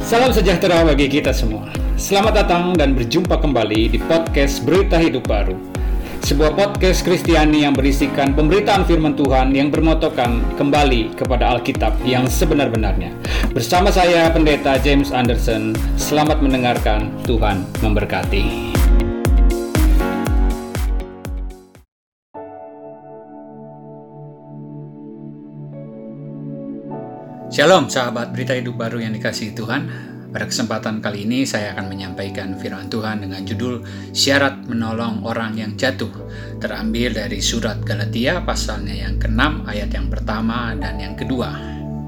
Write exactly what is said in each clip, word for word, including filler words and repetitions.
Salam sejahtera bagi kita semua. Selamat datang dan berjumpa kembali di podcast Berita Hidup Baru. Sebuah podcast Kristiani yang berisikan pemberitaan firman Tuhan yang bermotokan kembali kepada Alkitab yang sebenar-benarnya. Bersama saya Pendeta James Anderson. Selamat mendengarkan, Tuhan memberkati. Shalom sahabat Berita Hidup Baru yang dikasihi Tuhan. Pada kesempatan kali ini saya akan menyampaikan firman Tuhan dengan judul Syarat Menolong Orang yang Jatuh, terambil dari surat Galatia pasalnya yang keenam ayat yang pertama dan yang kedua.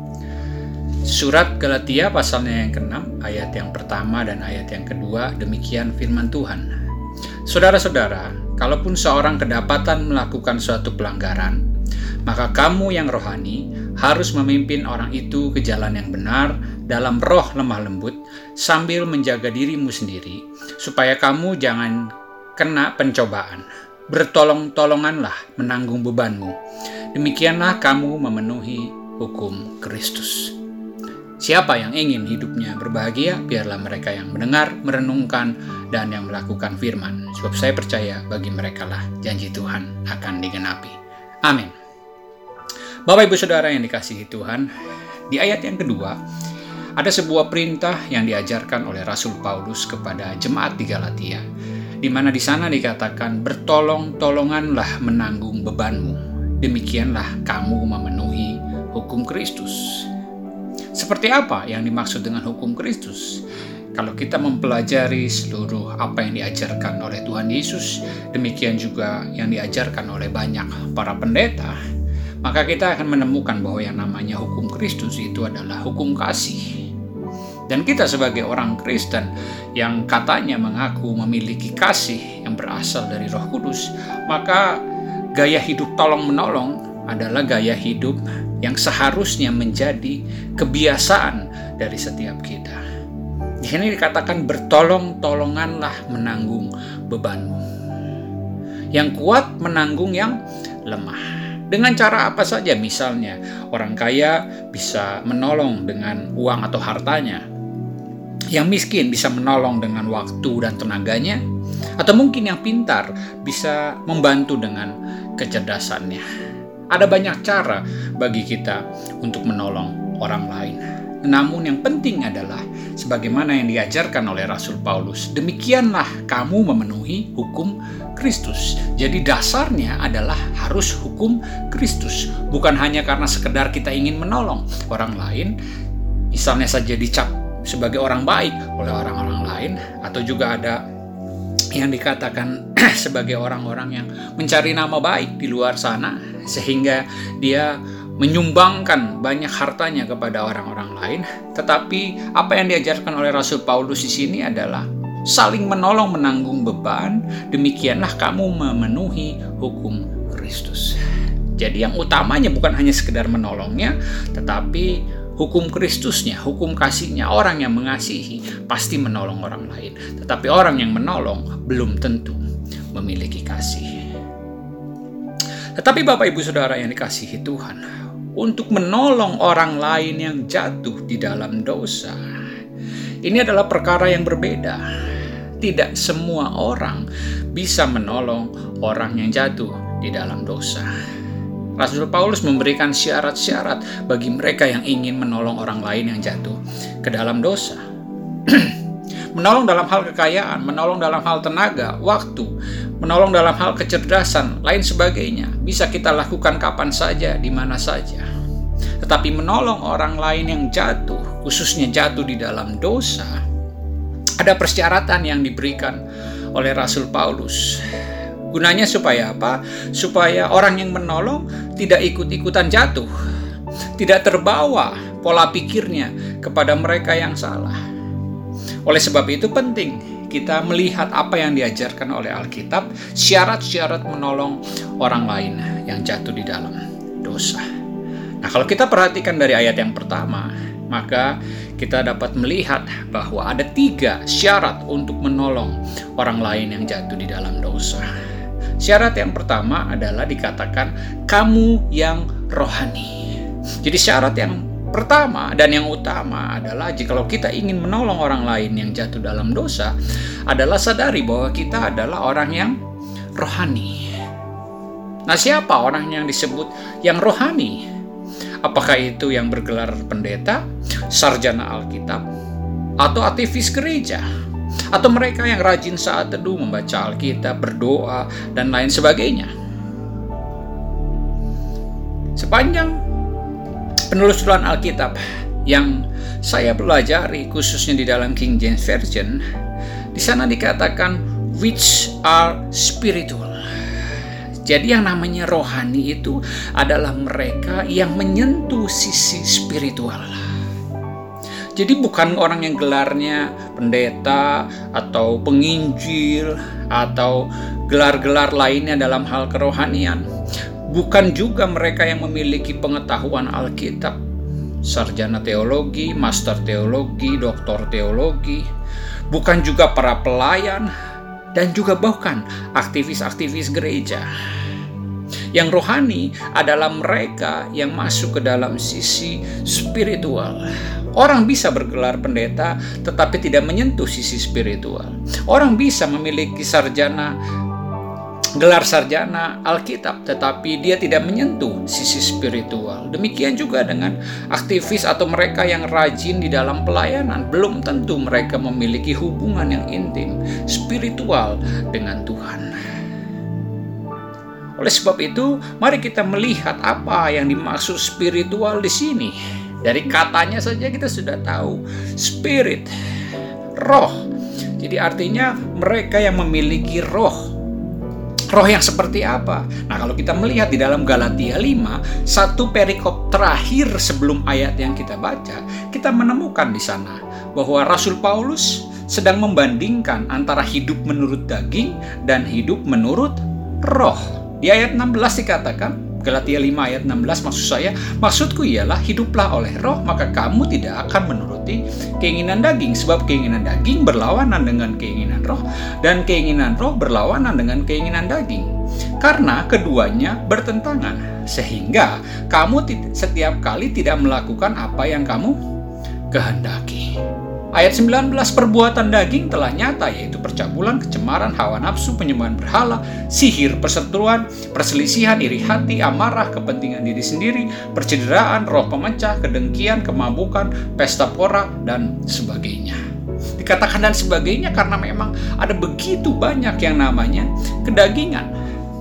Surat Galatia pasalnya yang keenam ayat yang pertama dan ayat yang kedua, demikian firman Tuhan. Saudara-saudara, kalaupun seorang kedapatan melakukan suatu pelanggaran, maka kamu yang rohani harus memimpin orang itu ke jalan yang benar dalam roh lemah lembut sambil menjaga dirimu sendiri, supaya kamu jangan kena pencobaan. Bertolong-tolonganlah menanggung bebanmu. Demikianlah kamu memenuhi hukum Kristus. Siapa yang ingin hidupnya berbahagia, biarlah mereka yang mendengar, merenungkan, dan yang melakukan firman. Sebab saya percaya bagi merekalah janji Tuhan akan digenapi. Amin. Bapak Ibu Saudara yang dikasihi Tuhan, di ayat yang kedua, ada sebuah perintah yang diajarkan oleh Rasul Paulus kepada jemaat di Galatia, di mana di sana dikatakan, bertolong-tolonganlah menanggung bebanmu, demikianlah kamu memenuhi hukum Kristus. Seperti apa yang dimaksud dengan hukum Kristus? Kalau kita mempelajari seluruh apa yang diajarkan oleh Tuhan Yesus, demikian juga yang diajarkan oleh banyak para pendeta, maka kita akan menemukan bahwa yang namanya hukum Kristus itu adalah hukum kasih. Dan kita sebagai orang Kristen yang katanya mengaku memiliki kasih yang berasal dari Roh Kudus, maka gaya hidup tolong-menolong adalah gaya hidup yang seharusnya menjadi kebiasaan dari setiap kita. Di sini dikatakan bertolong-tolonganlah menanggung bebanmu. Yang kuat menanggung yang lemah. Dengan cara apa saja, misalnya orang kaya bisa menolong dengan uang atau hartanya, yang miskin bisa menolong dengan waktu dan tenaganya, atau mungkin yang pintar bisa membantu dengan kecerdasannya. Ada banyak cara bagi kita untuk menolong orang lain. Namun yang penting adalah sebagaimana yang diajarkan oleh Rasul Paulus, demikianlah kamu memenuhi hukum Kristus. Jadi dasarnya adalah harus hukum Kristus, bukan hanya karena sekedar kita ingin menolong orang lain, misalnya saja dicap sebagai orang baik oleh orang-orang lain, atau juga ada yang dikatakan sebagai orang-orang yang mencari nama baik di luar sana, sehingga dia menyumbangkan banyak hartanya kepada orang-orang lain. Tetapi apa yang diajarkan oleh Rasul Paulus di sini adalah saling menolong menanggung beban, demikianlah kamu memenuhi hukum Kristus. Jadi yang utamanya bukan hanya sekedar menolongnya, tetapi hukum Kristusnya, hukum kasihnya. Orang yang mengasihi pasti menolong orang lain, tetapi orang yang menolong belum tentu memiliki kasih. Tetapi Bapak Ibu Saudara yang dikasihi Tuhan, untuk menolong orang lain yang jatuh di dalam dosa, ini adalah perkara yang berbeda. Tidak semua orang bisa menolong orang yang jatuh di dalam dosa. Rasul Paulus memberikan syarat-syarat bagi mereka yang ingin menolong orang lain yang jatuh ke dalam dosa. Menolong dalam hal kekayaan, menolong dalam hal tenaga, waktu, menolong dalam hal kecerdasan, lain sebagainya. Bisa kita lakukan kapan saja, di mana saja. Tetapi menolong orang lain yang jatuh, khususnya jatuh di dalam dosa, ada persyaratan yang diberikan oleh Rasul Paulus. Gunanya supaya apa? Supaya orang yang menolong tidak ikut-ikutan jatuh, tidak terbawa pola pikirnya kepada mereka yang salah. Oleh sebab itu penting kita melihat apa yang diajarkan oleh Alkitab, syarat-syarat menolong orang lain yang jatuh di dalam dosa. Nah, kalau kita perhatikan dari ayat yang pertama, maka kita dapat melihat bahwa ada tiga syarat untuk menolong orang lain yang jatuh di dalam dosa. Syarat yang pertama adalah dikatakan kamu yang rohani. Jadi syarat yang Pertama dan yang utama adalah jikalau kita ingin menolong orang lain yang jatuh dalam dosa, adalah sadari bahwa kita adalah orang yang rohani. Nah, siapa orang yang disebut yang rohani? Apakah itu yang bergelar pendeta, sarjana Alkitab, atau aktivis gereja? Atau mereka yang rajin saat teduh membaca Alkitab, berdoa, dan lain sebagainya? Sepanjang penelusuran Alkitab yang saya pelajari, khususnya di dalam King James Version, di sana dikatakan which are spiritual. Jadi yang namanya rohani itu adalah mereka yang menyentuh sisi spiritual. Jadi bukan orang yang gelarnya pendeta atau penginjil atau gelar-gelar lainnya dalam hal kerohanian. Bukan juga mereka yang memiliki pengetahuan Alkitab, sarjana teologi, master teologi, doktor teologi. Bukan juga para pelayan dan juga bahkan aktivis-aktivis gereja. Yang rohani adalah mereka yang masuk ke dalam sisi spiritual. Orang bisa bergelar pendeta tetapi tidak menyentuh sisi spiritual. Orang bisa memiliki sarjana, gelar sarjana Alkitab tetapi dia tidak menyentuh sisi spiritual. Demikian juga dengan aktivis atau mereka yang rajin di dalam pelayanan. Belum tentu mereka memiliki hubungan yang intim, spiritual dengan Tuhan. Oleh sebab itu, mari kita melihat apa yang dimaksud spiritual di sini. Dari katanya saja kita sudah tahu, spirit, roh. Jadi artinya mereka yang memiliki roh. Roh yang seperti apa? Nah, kalau kita melihat di dalam Galatia lima, satu perikop terakhir sebelum ayat yang kita baca, kita menemukan di sana bahwa Rasul Paulus sedang membandingkan antara hidup menurut daging dan hidup menurut roh. Di ayat enam belas dikatakan, Galatia lima ayat enam belas maksud saya, maksudku ialah hiduplah oleh roh, maka kamu tidak akan menuruti keinginan daging. Sebab keinginan daging berlawanan dengan keinginan roh, dan keinginan roh berlawanan dengan keinginan daging. Karena keduanya bertentangan, sehingga kamu setiap kali tidak melakukan apa yang kamu kehendaki. Ayat sembilan belas, perbuatan daging telah nyata, yaitu percabulan, kecemaran, hawa nafsu, penyembahan berhala, sihir, perseteruan, perselisihan, iri hati, amarah, kepentingan diri sendiri, percederaan, roh pemecah, kedengkian, kemabukan, pesta pora, dan sebagainya. Dikatakan dan sebagainya karena memang ada begitu banyak yang namanya kedagingan.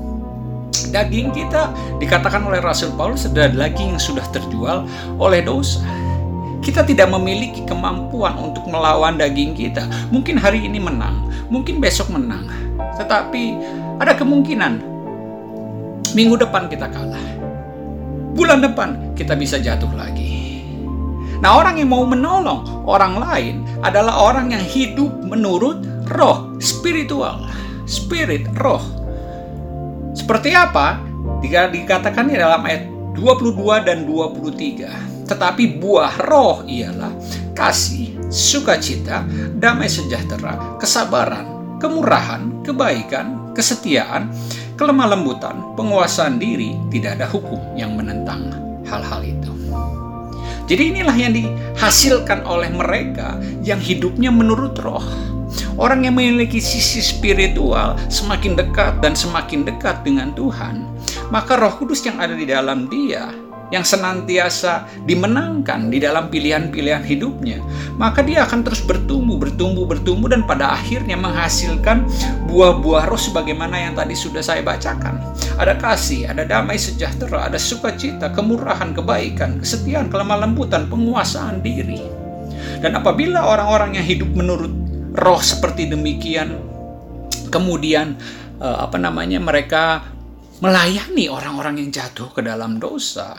Daging kita dikatakan oleh Rasul Paulus adalah daging yang sudah terjual oleh dosa. Kita tidak memiliki kemampuan untuk melawan daging kita. Mungkin hari ini menang, mungkin besok menang. Tetapi ada kemungkinan minggu depan kita kalah. Bulan depan kita bisa jatuh lagi. Nah, orang yang mau menolong orang lain adalah orang yang hidup menurut roh, spiritual. Spirit, roh. Seperti apa? Dikatakan di dalam ayat dua puluh dua dan dua puluh tiga. Tetapi buah roh ialah kasih, sukacita, damai sejahtera, kesabaran, kemurahan, kebaikan, kesetiaan, kelemah lembutan, penguasaan diri. Tidak ada hukum yang menentang hal-hal itu. Jadi inilah yang dihasilkan oleh mereka yang hidupnya menurut roh. Orang yang memiliki sisi spiritual semakin dekat dan semakin dekat dengan Tuhan, maka Roh Kudus yang ada di dalam dia, yang senantiasa dimenangkan di dalam pilihan-pilihan hidupnya, maka dia akan terus bertumbuh, bertumbuh, bertumbuh, dan pada akhirnya menghasilkan buah-buah roh sebagaimana yang tadi sudah saya bacakan. Ada kasih, ada damai sejahtera, ada sukacita, kemurahan, kebaikan, kesetiaan, kelemah lembutan, penguasaan diri. Dan apabila orang-orang yang hidup menurut roh seperti demikian, kemudian eh, apa namanya mereka melayani orang-orang yang jatuh ke dalam dosa,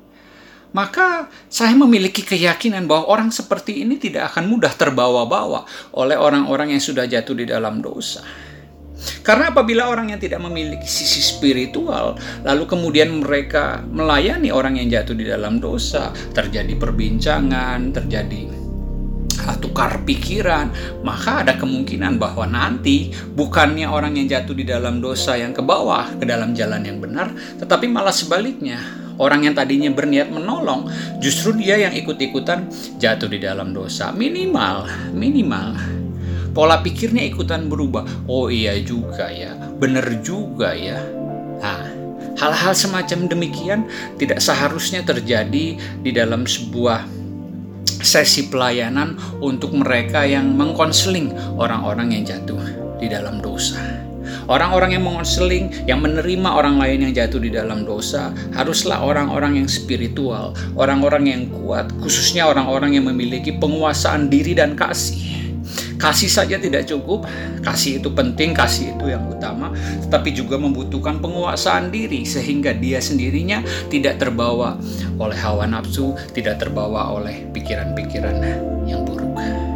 maka saya memiliki keyakinan bahwa orang seperti ini tidak akan mudah terbawa-bawa oleh orang-orang yang sudah jatuh di dalam dosa. Karena apabila orang yang tidak memiliki sisi spiritual, lalu kemudian mereka melayani orang yang jatuh di dalam dosa, terjadi perbincangan, terjadi tukar pikiran, maka ada kemungkinan bahwa nanti bukannya orang yang jatuh di dalam dosa yang ke bawah, ke dalam jalan yang benar, tetapi malah sebaliknya. Orang yang tadinya berniat menolong, justru dia yang ikut-ikutan jatuh di dalam dosa. Minimal, minimal. Pola pikirnya ikutan berubah. Oh iya juga ya, bener juga ya. Nah, hal-hal semacam demikian tidak seharusnya terjadi di dalam sebuah sesi pelayanan untuk mereka yang mengkonseling orang-orang yang jatuh di dalam dosa. Orang-orang yang mengonseling, yang menerima orang lain yang jatuh di dalam dosa, haruslah orang-orang yang spiritual, orang-orang yang kuat, khususnya orang-orang yang memiliki penguasaan diri dan kasih. Kasih saja tidak cukup, kasih itu penting, kasih itu yang utama, tetapi juga membutuhkan penguasaan diri, sehingga dia sendirinya tidak terbawa oleh hawa nafsu, tidak terbawa oleh pikiran-pikiran yang buruk.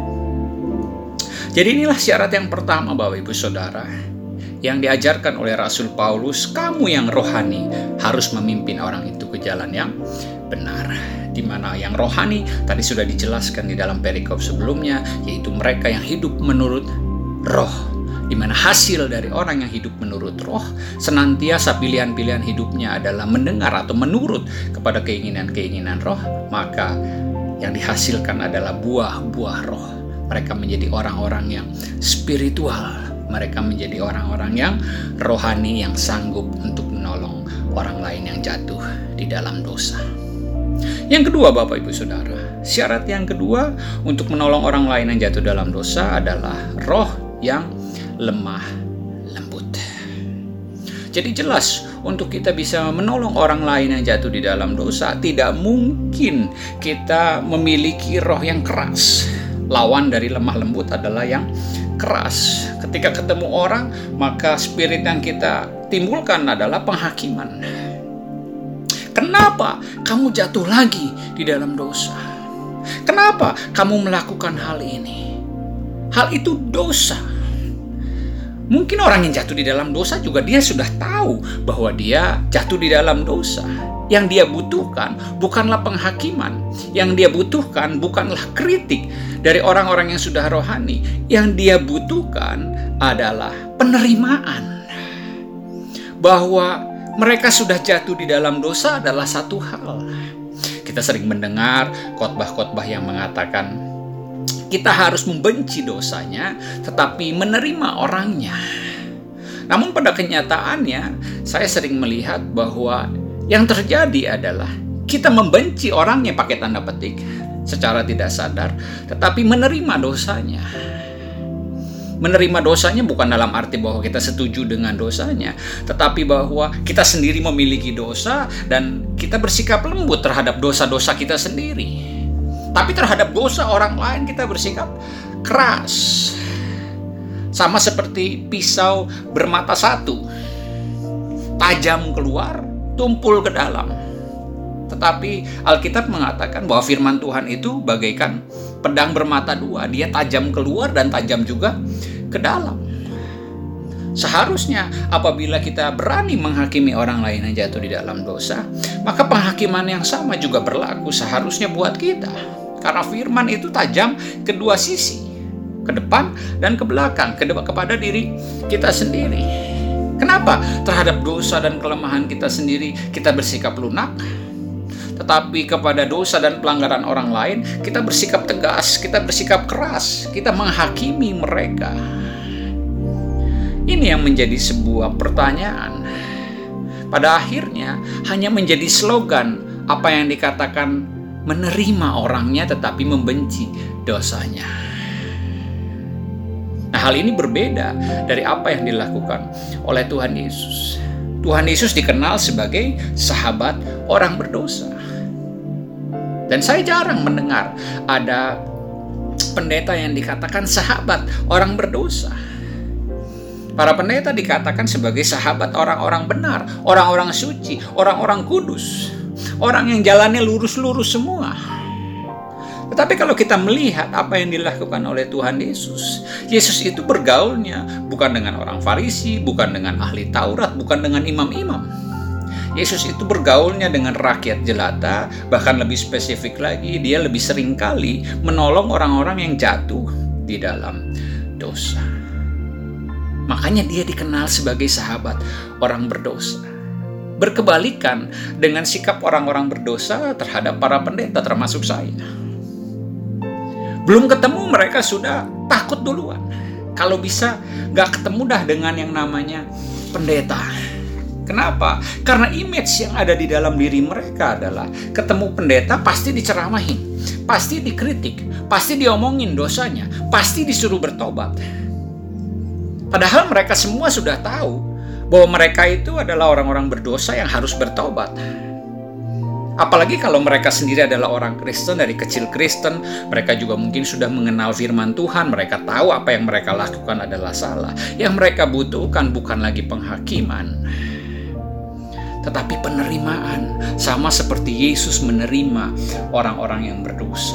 Jadi inilah syarat yang pertama, Bapak Ibu Saudara, yang diajarkan oleh Rasul Paulus. Kamu yang rohani harus memimpin orang itu ke jalan yang benar. Di mana yang rohani tadi sudah dijelaskan di dalam perikop sebelumnya, yaitu mereka yang hidup menurut roh. Di mana hasil dari orang yang hidup menurut roh, senantiasa pilihan-pilihan hidupnya adalah mendengar atau menurut kepada keinginan-keinginan roh, maka yang dihasilkan adalah buah-buah roh. Mereka menjadi orang-orang yang spiritual. Mereka menjadi orang-orang yang rohani, yang sanggup untuk menolong orang lain yang jatuh di dalam dosa. Yang kedua, Bapak Ibu Saudara, syarat yang kedua untuk menolong orang lain yang jatuh dalam dosa adalah roh yang lemah lembut. Jadi jelas, untuk kita bisa menolong orang lain yang jatuh di dalam dosa, tidak mungkin kita memiliki roh yang keras. Lawan dari lemah lembut adalah yang keras. Ketika ketemu orang, maka spirit yang kita timbulkan adalah penghakiman. Kenapa kamu jatuh lagi di dalam dosa? Kenapa kamu melakukan hal ini? Hal itu dosa. Mungkin orang yang jatuh di dalam dosa juga dia sudah tahu bahwa dia jatuh di dalam dosa. Yang dia butuhkan bukanlah penghakiman. Yang dia butuhkan bukanlah kritik dari orang-orang yang sudah rohani. Yang dia butuhkan adalah penerimaan. Bahwa mereka sudah jatuh di dalam dosa adalah satu hal. Kita sering mendengar khotbah-khotbah yang mengatakan kita harus membenci dosanya tetapi menerima orangnya. Namun pada kenyataannya saya sering melihat bahwa yang terjadi adalah kita membenci orangnya pakai tanda petik secara tidak sadar, tetapi menerima dosanya. Menerima dosanya bukan dalam arti bahwa kita setuju dengan dosanya, tetapi bahwa kita sendiri memiliki dosa dan kita bersikap lembut terhadap dosa-dosa kita sendiri. Tapi terhadap dosa orang lain kita bersikap keras. Sama seperti pisau bermata satu. Tajam keluar, tumpul ke dalam. Tetapi Alkitab mengatakan bahwa firman Tuhan itu bagaikan pedang bermata dua. Dia tajam keluar dan tajam juga ke dalam. Seharusnya apabila kita berani menghakimi orang lain yang jatuh di dalam dosa, maka penghakiman yang sama juga berlaku seharusnya buat kita. Karena firman itu tajam kedua sisi, ke depan dan ke belakang, ke depan kepada diri kita sendiri. Kenapa terhadap dosa dan kelemahan kita sendiri kita bersikap lunak? Tetapi kepada dosa dan pelanggaran orang lain, kita bersikap tegas, kita bersikap keras, kita menghakimi mereka. Ini yang menjadi sebuah pertanyaan. Pada akhirnya, hanya menjadi slogan apa yang dikatakan menerima orangnya tetapi membenci dosanya. Nah, hal ini berbeda dari apa yang dilakukan oleh Tuhan Yesus. Tuhan Yesus dikenal sebagai sahabat orang berdosa. Dan saya jarang mendengar ada pendeta yang dikatakan sahabat orang berdosa. Para pendeta dikatakan sebagai sahabat orang-orang benar, orang-orang suci, orang-orang kudus, orang yang jalannya lurus-lurus semua. Tetapi kalau kita melihat apa yang dilakukan oleh Tuhan Yesus, Yesus itu bergaulnya bukan dengan orang Farisi, bukan dengan ahli Taurat, bukan dengan imam-imam. Yesus itu bergaulnya dengan rakyat jelata, bahkan lebih spesifik lagi, dia lebih sering kali menolong orang-orang yang jatuh di dalam dosa. Makanya dia dikenal sebagai sahabat orang berdosa. berkebalikan dengan sikap orang-orang berdosa terhadap para pendeta termasuk saya. Belum ketemu mereka sudah takut duluan. Kalau bisa gak ketemu dah dengan yang namanya pendeta. Kenapa? Karena image yang ada di dalam diri mereka adalah ketemu pendeta pasti diceramahin, pasti dikritik, pasti diomongin dosanya, pasti disuruh bertobat. Padahal mereka semua sudah tahu bahwa mereka itu adalah orang-orang berdosa yang harus bertobat. Apalagi kalau mereka sendiri adalah orang Kristen, dari kecil Kristen, mereka juga mungkin sudah mengenal firman Tuhan, mereka tahu apa yang mereka lakukan adalah salah. Yang mereka butuhkan bukan lagi penghakiman, tetapi penerimaan, sama seperti Yesus menerima orang-orang yang berdosa.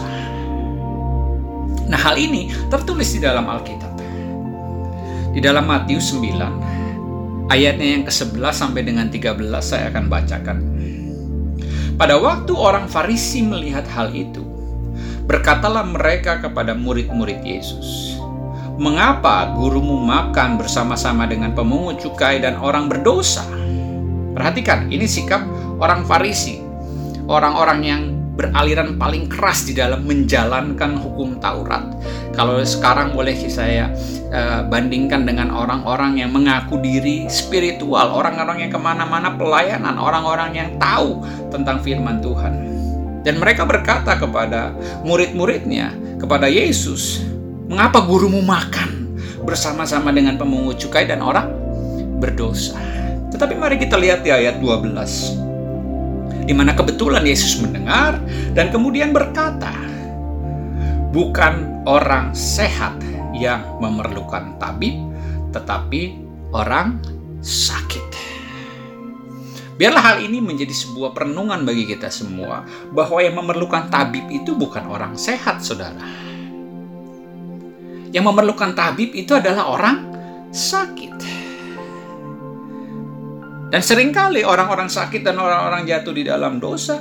Nah, hal ini tertulis di dalam Alkitab. Di dalam Matius sembilan, ayatnya yang kesebelas sampai dengan tiga belas saya akan bacakan. Pada waktu orang Farisi melihat hal itu, berkatalah mereka kepada murid-murid Yesus, "Mengapa gurumu makan bersama-sama dengan pemungut cukai dan orang berdosa?" Perhatikan, ini sikap orang Farisi, orang-orang yang beraliran paling keras di dalam menjalankan hukum Taurat. Kalau sekarang boleh saya uh, bandingkan dengan orang-orang yang mengaku diri spiritual, orang-orang yang kemana-mana pelayanan, orang-orang yang tahu tentang firman Tuhan. Dan mereka berkata kepada murid-muridnya, kepada Yesus, "Mengapa gurumu makan bersama-sama dengan pemungut cukai dan orang berdosa?" Tetapi mari kita lihat di ayat dua belas. Di mana kebetulan Yesus mendengar dan kemudian berkata, "Bukan orang sehat yang memerlukan tabib, tetapi orang sakit." Biarlah hal ini menjadi sebuah perenungan bagi kita semua, bahwa yang memerlukan tabib itu bukan orang sehat, saudara. Yang memerlukan tabib itu adalah orang sakit. Dan seringkali orang-orang sakit dan orang-orang jatuh di dalam dosa,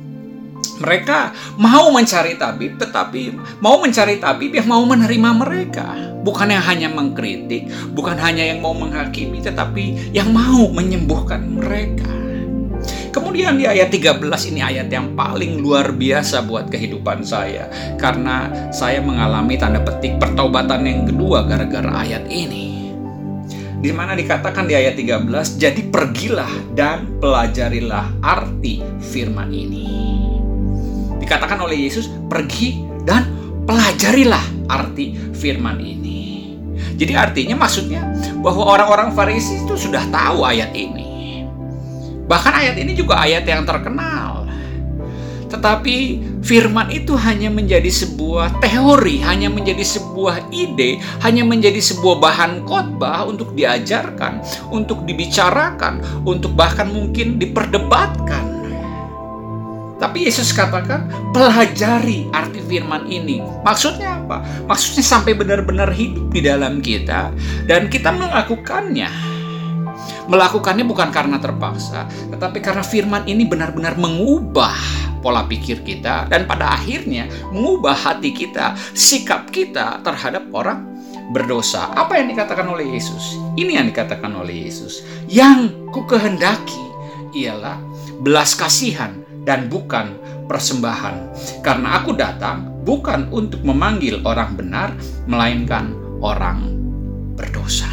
mereka mau mencari tabib, tetapi mau mencari tabib yang mau menerima mereka. Bukan yang hanya mengkritik, bukan hanya yang mau menghakimi, tetapi yang mau menyembuhkan mereka. Kemudian di ayat tiga belas ini ayat yang paling luar biasa buat kehidupan saya, karena saya mengalami tanda petik pertobatan yang kedua gara-gara ayat ini. Di mana dikatakan di ayat tiga belas, "Jadi pergilah dan pelajarilah arti firman ini." Dikatakan oleh Yesus, pergi dan pelajarilah arti firman ini. Jadi artinya maksudnya bahwa orang-orang Farisi itu sudah tahu ayat ini. Bahkan ayat ini juga ayat yang terkenal. Tetapi firman itu hanya menjadi sebuah teori, hanya menjadi sebuah ide, hanya menjadi sebuah bahan khotbah untuk diajarkan, untuk dibicarakan, untuk bahkan mungkin diperdebatkan. Tapi Yesus katakan, pelajari arti firman ini. Maksudnya apa? Maksudnya sampai benar-benar hidup di dalam kita dan kita melakukannya. Melakukannya bukan karena terpaksa, tetapi karena firman ini benar-benar mengubah pola pikir kita dan pada akhirnya mengubah hati kita, sikap kita terhadap orang berdosa. Apa yang dikatakan oleh Yesus? Ini yang dikatakan oleh Yesus. Yang ku kehendaki ialah belas kasihan dan bukan persembahan. Karena aku datang bukan untuk memanggil orang benar, melainkan orang berdosa.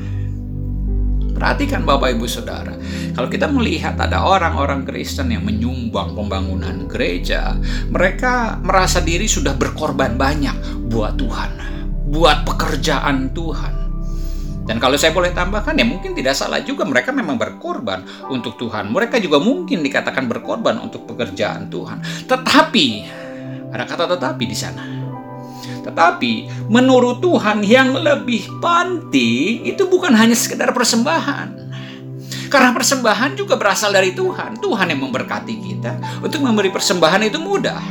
Perhatikan Bapak Ibu Saudara, kalau kita melihat ada orang-orang Kristen yang menyumbang pembangunan gereja, mereka merasa diri sudah berkorban banyak buat Tuhan, buat pekerjaan Tuhan. Dan kalau saya boleh tambahkan, ya mungkin tidak salah juga mereka memang berkorban untuk Tuhan. Mereka juga mungkin dikatakan berkorban untuk pekerjaan Tuhan. Tetapi, ada kata tetapi di sana. Tetapi menurut Tuhan yang lebih penting itu bukan hanya sekedar persembahan. Karena persembahan juga berasal dari Tuhan. Tuhan yang memberkati kita. Untuk memberi persembahan itu mudah.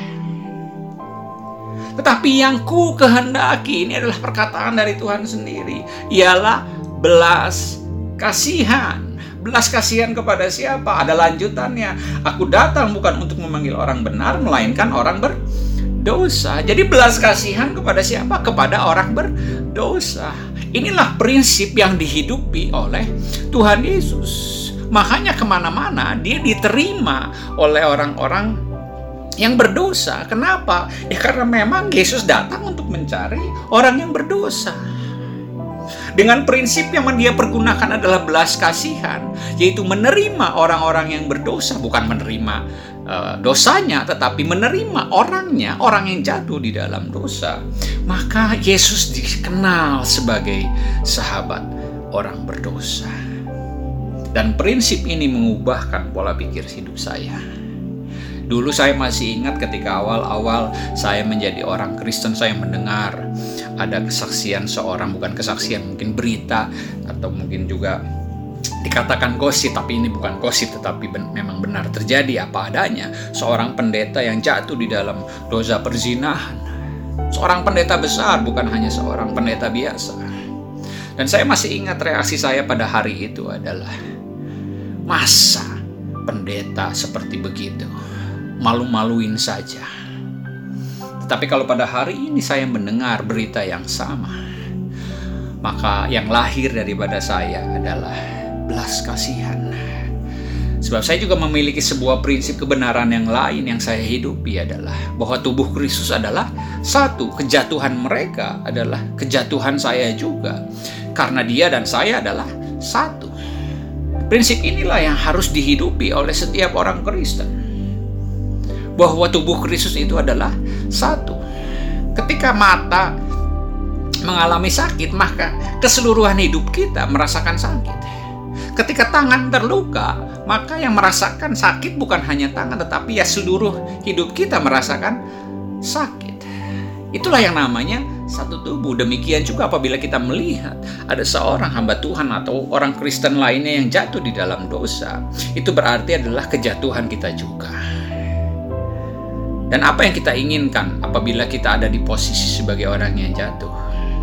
Tetapi yang ku kehendaki, ini adalah perkataan dari Tuhan sendiri, ialah belas kasihan. Belas kasihan kepada siapa? Ada lanjutannya. Aku datang bukan untuk memanggil orang benar, melainkan orang berdosa. Jadi belas kasihan kepada siapa? Kepada orang berdosa. Inilah prinsip yang dihidupi oleh Tuhan Yesus. Makanya kemana-mana dia diterima oleh orang-orang yang berdosa. Kenapa? Ya karena memang Yesus datang untuk mencari orang yang berdosa. Dengan prinsip yang dia pergunakan adalah belas kasihan, yaitu menerima orang-orang yang berdosa, bukan menerima uh, dosanya, tetapi menerima orangnya, orang yang jatuh di dalam dosa. Maka Yesus dikenal sebagai sahabat orang berdosa. Dan prinsip ini mengubahkan pola pikir hidup saya. Dulu saya masih ingat ketika awal-awal saya menjadi orang Kristen, saya mendengar ada kesaksian seorang, bukan kesaksian, mungkin berita atau mungkin juga dikatakan gosip, tapi ini bukan gosip tetapi ben- memang benar terjadi apa adanya. Seorang pendeta yang jatuh di dalam dosa perzinahan. Seorang pendeta besar, bukan hanya seorang pendeta biasa. Dan saya masih ingat reaksi saya pada hari itu adalah, masa pendeta seperti begitu? Malu-maluin saja. Tetapi kalau pada hari ini saya mendengar berita yang sama, maka yang lahir daripada saya adalah belas kasihan. Sebab saya juga memiliki sebuah prinsip kebenaran yang lain yang saya hidupi, adalah bahwa tubuh Kristus adalah satu. Kejatuhan mereka adalah kejatuhan saya juga, karena dia dan saya adalah satu. Prinsip inilah yang harus dihidupi oleh setiap orang Kristen, bahwa tubuh Kristus itu adalah satu. Ketika mata mengalami sakit, maka keseluruhan hidup kita merasakan sakit. Ketika tangan terluka, maka yang merasakan sakit bukan hanya tangan, tetapi ya seluruh hidup kita merasakan sakit. Itulah yang namanya satu tubuh. Demikian juga apabila kita melihat ada seorang hamba Tuhan atau orang Kristen lainnya yang jatuh di dalam dosa, itu berarti adalah kejatuhan kita juga. Dan apa yang kita inginkan apabila kita ada di posisi sebagai orang yang jatuh?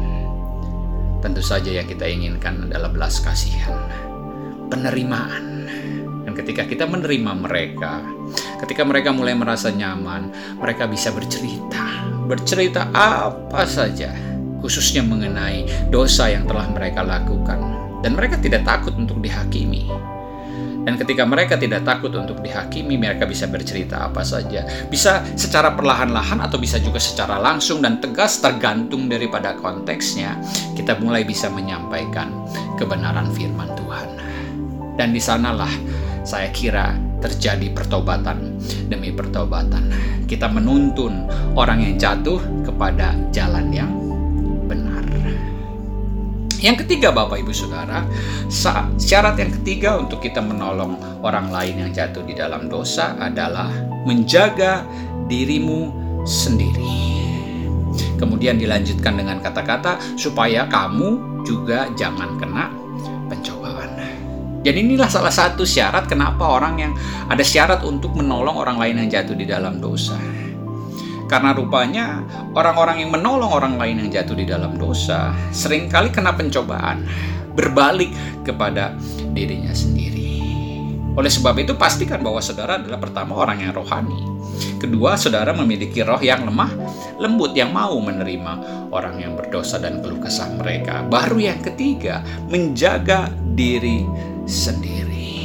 Tentu saja yang kita inginkan adalah belas kasihan, penerimaan. Dan ketika kita menerima mereka, ketika mereka mulai merasa nyaman, mereka bisa bercerita. Bercerita apa saja, khususnya mengenai dosa yang telah mereka lakukan. Dan mereka tidak takut untuk dihakimi. Dan ketika mereka tidak takut untuk dihakimi, mereka bisa bercerita apa saja. Bisa secara perlahan-lahan atau bisa juga secara langsung dan tegas, tergantung daripada konteksnya. Kita mulai bisa menyampaikan kebenaran firman Tuhan. Dan di sanalah saya kira terjadi pertobatan demi pertobatan. Kita menuntun orang yang jatuh kepada jalan yang benar. Yang ketiga, Bapak Ibu Saudara, syarat yang ketiga untuk kita menolong orang lain yang jatuh di dalam dosa adalah menjaga dirimu sendiri. Kemudian dilanjutkan dengan kata-kata supaya kamu juga jangan kena pencobaan. Jadi inilah salah satu syarat kenapa orang yang ada syarat untuk menolong orang lain yang jatuh di dalam dosa. Karena rupanya orang-orang yang menolong orang lain yang jatuh di dalam dosa seringkali kena pencobaan, berbalik kepada dirinya sendiri. Oleh sebab itu pastikan bahwa saudara adalah pertama orang yang rohani. Kedua, saudara memiliki roh yang lemah lembut yang mau menerima orang yang berdosa dan keluh kesah mereka. Baru yang ketiga, menjaga diri sendiri.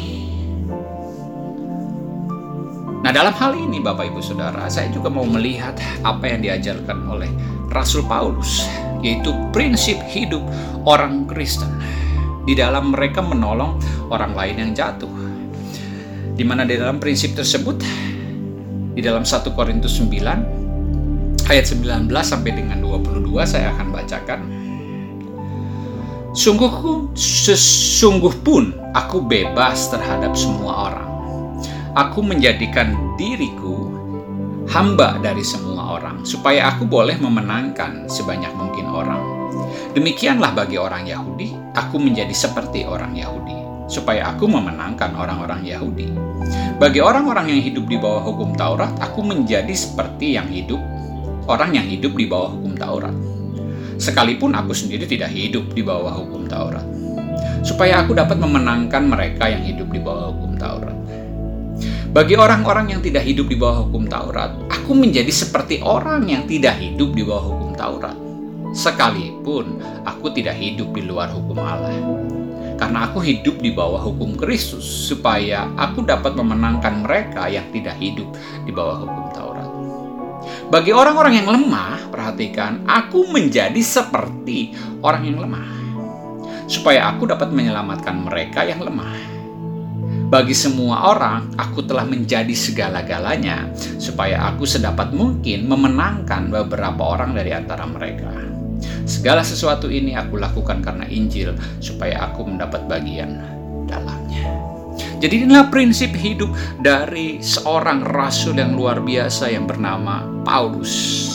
Nah, dalam hal ini Bapak Ibu Saudara, saya juga mau melihat apa yang diajarkan oleh Rasul Paulus, yaitu prinsip hidup orang Kristen di dalam mereka menolong orang lain yang jatuh. Di mana di dalam prinsip tersebut, di dalam satu Korintus sembilan ayat sembilan belas sampai dengan dua puluh dua saya akan bacakan. Sungguh, sesungguh pun aku bebas terhadap semua orang. Aku menjadikan diriku hamba dari semua orang, supaya aku boleh memenangkan sebanyak mungkin orang. Demikianlah bagi orang Yahudi, aku menjadi seperti orang Yahudi, supaya aku memenangkan orang-orang Yahudi. Bagi orang-orang yang hidup di bawah hukum Taurat, aku menjadi seperti yang hidup, orang yang hidup di bawah hukum Taurat. Sekalipun aku sendiri tidak hidup di bawah hukum Taurat, supaya aku dapat memenangkan mereka yang hidup di bawah hukum Taurat. Bagi orang-orang yang tidak hidup di bawah hukum Taurat, aku menjadi seperti orang yang tidak hidup di bawah hukum Taurat. Sekalipun aku tidak hidup di luar hukum Allah. karena aku hidup di bawah hukum Kristus, supaya aku dapat memenangkan mereka yang tidak hidup di bawah hukum Taurat. Bagi orang-orang yang lemah, perhatikan, aku menjadi seperti orang yang lemah, supaya aku dapat menyelamatkan mereka yang lemah. Bagi semua orang, aku telah menjadi segala-galanya, supaya aku sedapat mungkin memenangkan beberapa orang dari antara mereka. Segala sesuatu ini aku lakukan karena Injil, supaya aku mendapat bagian dalamnya. Jadi inilah prinsip hidup dari seorang rasul yang luar biasa yang bernama Paulus.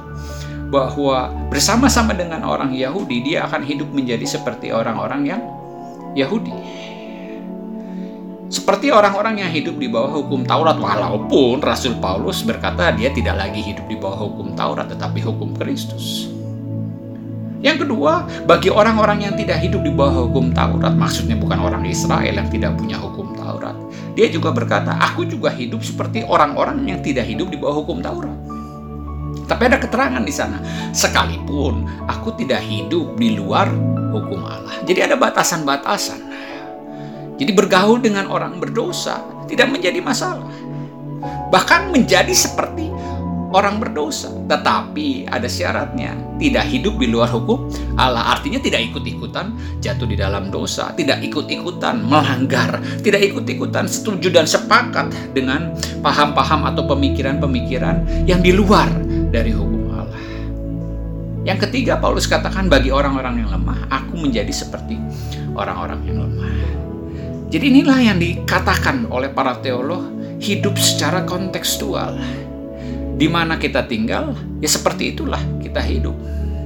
Bahwa bersama-sama dengan orang Yahudi, dia akan hidup menjadi seperti orang-orang yang Yahudi. Seperti orang-orang yang hidup di bawah hukum Taurat, walaupun Rasul Paulus berkata dia tidak lagi hidup di bawah hukum Taurat, tetapi hukum Kristus. Yang kedua, bagi orang-orang yang tidak hidup di bawah hukum Taurat, maksudnya bukan orang Israel yang tidak punya hukum Taurat, dia juga berkata, aku juga hidup seperti orang-orang yang tidak hidup di bawah hukum Taurat. Tapi ada keterangan di sana, sekalipun aku tidak hidup di luar hukum Allah. Jadi ada batasan-batasan. Jadi bergaul dengan orang berdosa tidak menjadi masalah. Bahkan menjadi seperti orang berdosa. Tetapi ada syaratnya. Tidak hidup di luar hukum Allah. Artinya tidak ikut-ikutan jatuh di dalam dosa. Tidak ikut-ikutan melanggar. Tidak ikut-ikutan setuju dan sepakat dengan paham-paham atau pemikiran-pemikiran yang di luar dari hukum Allah. Yang ketiga, Paulus katakan bagi orang-orang yang lemah, aku menjadi seperti orang-orang yang lemah. Jadi inilah yang dikatakan oleh para teolog hidup secara kontekstual. Di mana kita tinggal, ya seperti itulah kita hidup.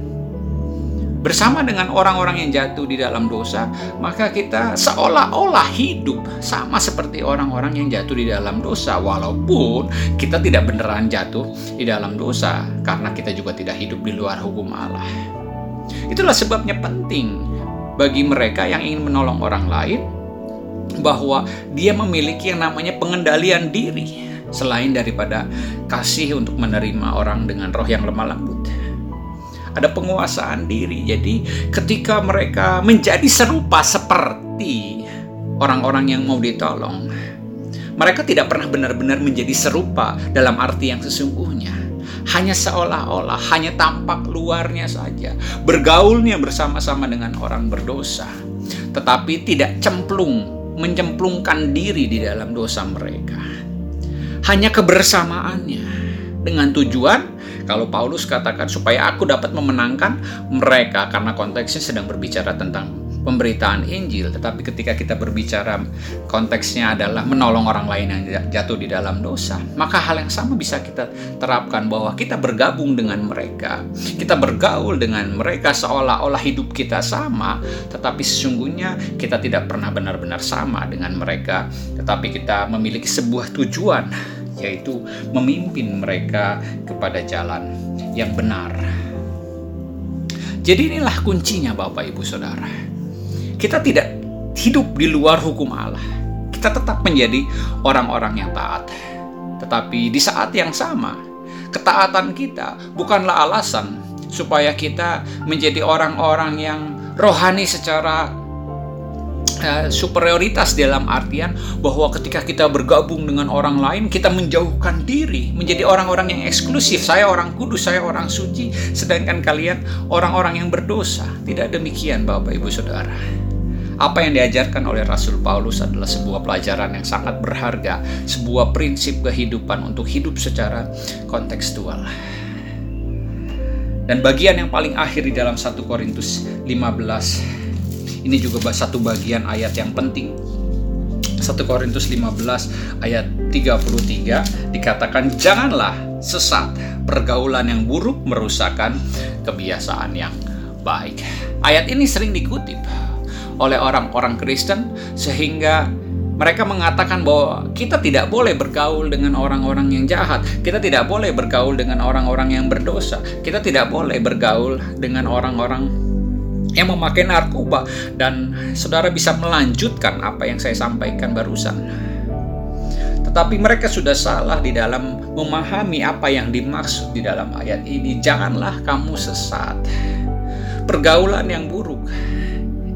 Bersama dengan orang-orang yang jatuh di dalam dosa, maka kita seolah-olah hidup sama seperti orang-orang yang jatuh di dalam dosa. Walaupun kita tidak beneran jatuh di dalam dosa, karena kita juga tidak hidup di luar hukum Allah. Itulah sebabnya penting bagi mereka yang ingin menolong orang lain, bahwa dia memiliki yang namanya pengendalian diri, selain daripada kasih untuk menerima orang dengan roh yang lemah lembut. Ada penguasaan diri. Jadi ketika mereka menjadi serupa seperti orang-orang yang mau ditolong, mereka tidak pernah benar-benar menjadi serupa dalam arti yang sesungguhnya. Hanya seolah-olah, hanya tampak luarnya saja, bergaulnya bersama-sama dengan orang berdosa, tetapi tidak cemplung mencemplungkan diri di dalam dosa mereka. Hanya kebersamaannya dengan tujuan, kalau Paulus katakan supaya aku dapat memenangkan mereka, karena konteksnya sedang berbicara tentang pemberitaan Injil. Tetapi ketika kita berbicara konteksnya adalah menolong orang lain yang jatuh di dalam dosa, maka hal yang sama bisa kita terapkan, bahwa kita bergabung dengan mereka, kita bergaul dengan mereka seolah-olah hidup kita sama, tetapi sesungguhnya kita tidak pernah benar-benar sama dengan mereka. Tetapi kita memiliki sebuah tujuan, yaitu memimpin mereka kepada jalan yang benar. Jadi inilah kuncinya Bapak Ibu Saudara. Kita tidak hidup di luar hukum Allah. Kita tetap menjadi orang-orang yang taat. Tetapi di saat yang sama, ketaatan kita bukanlah alasan supaya kita menjadi orang-orang yang rohani secara uh, superioritas, dalam artian bahwa ketika kita bergabung dengan orang lain, kita menjauhkan diri, menjadi orang-orang yang eksklusif. Saya orang kudus, saya orang suci, sedangkan kalian orang-orang yang berdosa. Tidak demikian Bapak Ibu Saudara. Apa yang diajarkan oleh Rasul Paulus adalah sebuah pelajaran yang sangat berharga, sebuah prinsip kehidupan untuk hidup secara kontekstual. Dan bagian yang paling akhir di dalam satu Korintus lima belas, ini juga satu bagian ayat yang penting. satu Korintus lima belas ayat tiga puluh tiga dikatakan, janganlah sesat, pergaulan yang buruk merusakkan kebiasaan yang baik. Ayat ini sering dikutip oleh orang-orang Kristen, sehingga mereka mengatakan bahwa kita tidak boleh bergaul dengan orang-orang yang jahat, kita tidak boleh bergaul dengan orang-orang yang berdosa, kita tidak boleh bergaul dengan orang-orang yang memakai narkoba. Dan saudara bisa melanjutkan apa yang saya sampaikan barusan. Tetapi mereka sudah salah di dalam memahami apa yang dimaksud di dalam ayat ini. Janganlah kamu sesat. Pergaulan yang buruk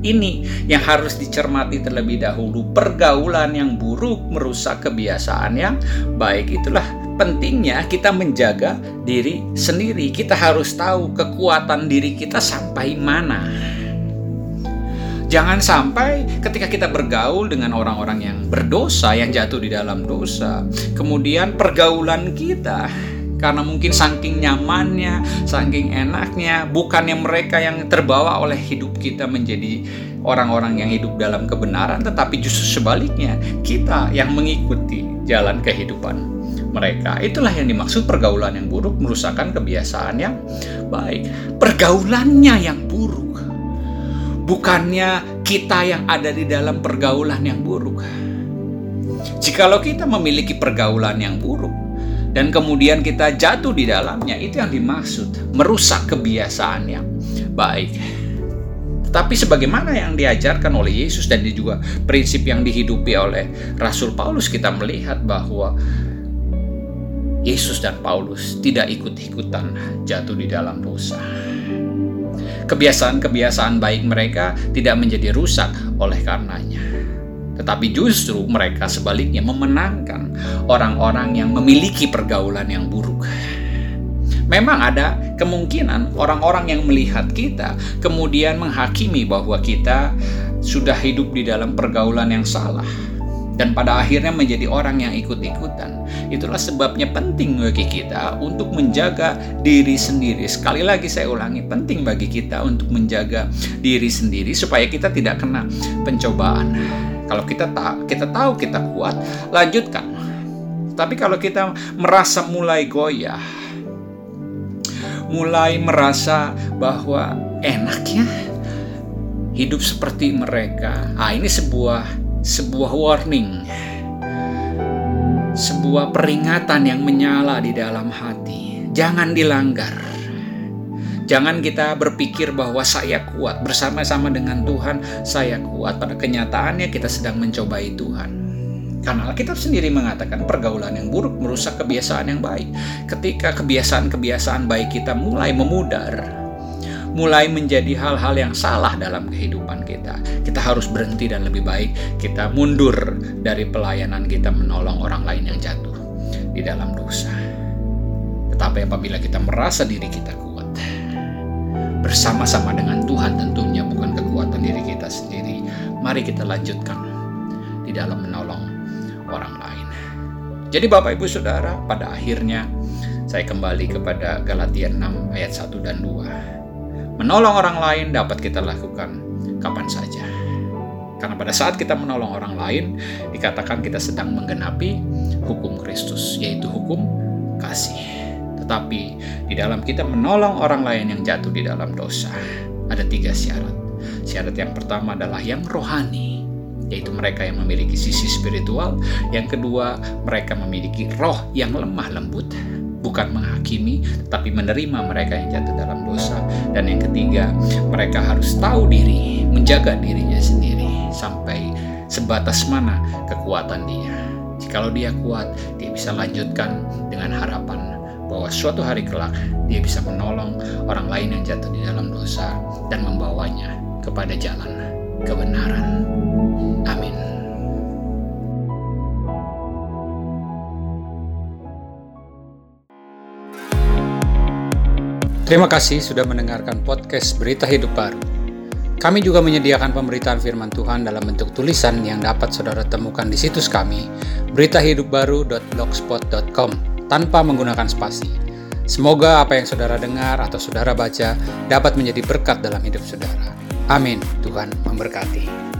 ini yang harus dicermati terlebih dahulu. Pergaulan yang buruk merusak kebiasaan yang baik. Itulah pentingnya kita menjaga diri sendiri. Kita harus tahu kekuatan diri kita sampai mana. Jangan sampai ketika kita bergaul dengan orang-orang yang berdosa, yang jatuh di dalam dosa, kemudian pergaulan kita karena mungkin saking nyamannya, saking enaknya, bukannya mereka yang terbawa oleh hidup kita menjadi orang-orang yang hidup dalam kebenaran, tetapi justru sebaliknya, kita yang mengikuti jalan kehidupan mereka. Itulah yang dimaksud pergaulan yang buruk merusakkan kebiasaan yang baik. Pergaulannya yang buruk, bukannya kita yang ada di dalam pergaulan yang buruk. Jikalau kita memiliki pergaulan yang buruk dan kemudian kita jatuh di dalamnya, itu yang dimaksud merusak kebiasaan yang baik. Tetapi sebagaimana yang diajarkan oleh Yesus dan juga prinsip yang dihidupi oleh Rasul Paulus, kita melihat bahwa Yesus dan Paulus tidak ikut-ikutan jatuh di dalam dosa. Kebiasaan-kebiasaan baik mereka tidak menjadi rusak oleh karenanya. Tetapi justru mereka sebaliknya memenangkan orang-orang yang memiliki pergaulan yang buruk. Memang ada kemungkinan orang-orang yang melihat kita kemudian menghakimi bahwa kita sudah hidup di dalam pergaulan yang salah, dan pada akhirnya menjadi orang yang ikut-ikutan. Itulah sebabnya penting bagi kita untuk menjaga diri sendiri. Sekali lagi saya ulangi, penting bagi kita untuk menjaga diri sendiri supaya kita tidak kena pencobaan. Kalau kita tak, kita tahu kita kuat, lanjutkan. Tapi kalau kita merasa mulai goyah, mulai merasa bahwa enaknya hidup seperti mereka, ah ini sebuah sebuah warning, sebuah peringatan yang menyala di dalam hati. Jangan dilanggar. Jangan kita berpikir bahwa saya kuat, bersama-sama dengan Tuhan saya kuat. Pada kenyataannya kita sedang mencobai Tuhan. Karena Alkitab sendiri mengatakan pergaulan yang buruk merusak kebiasaan yang baik. Ketika kebiasaan-kebiasaan baik kita mulai memudar, mulai menjadi hal-hal yang salah dalam kehidupan kita, kita harus berhenti dan lebih baik kita mundur dari pelayanan kita menolong orang lain yang jatuh di dalam dosa. Tetapi apabila kita merasa diri kita kuat, bersama-sama dengan Tuhan tentunya, bukan kekuatan diri kita sendiri, mari kita lanjutkan di dalam menolong orang lain. Jadi Bapak Ibu Saudara, pada akhirnya saya kembali kepada Galatia enam ayat satu dan dua. Menolong orang lain dapat kita lakukan kapan saja. Karena pada saat kita menolong orang lain, dikatakan kita sedang menggenapi hukum Kristus, yaitu hukum kasih. Tetapi di dalam kita menolong orang lain yang jatuh di dalam dosa, ada tiga syarat. Syarat yang pertama adalah yang rohani, yaitu mereka yang memiliki sisi spiritual. Yang kedua, mereka memiliki roh yang lemah lembut, bukan menghakimi, tapi menerima mereka yang jatuh dalam dosa. Dan yang ketiga, mereka harus tahu diri, menjaga dirinya sendiri, sampai sebatas mana kekuatan dia. Jikalau dia kuat, dia bisa lanjutkan dengan harapan bahwa suatu hari kelak dia bisa menolong orang lain yang jatuh di dalam dosa dan membawanya kepada jalan kebenaran. Amin. Terima kasih sudah mendengarkan podcast Berita Hidup Baru. Kami juga menyediakan pemberitaan firman Tuhan dalam bentuk tulisan yang dapat saudara temukan di situs kami, berita hidup baru dot blogspot dot com, tanpa menggunakan spasi. Semoga apa yang saudara dengar atau saudara baca dapat menjadi berkat dalam hidup saudara. Amin. Tuhan memberkati.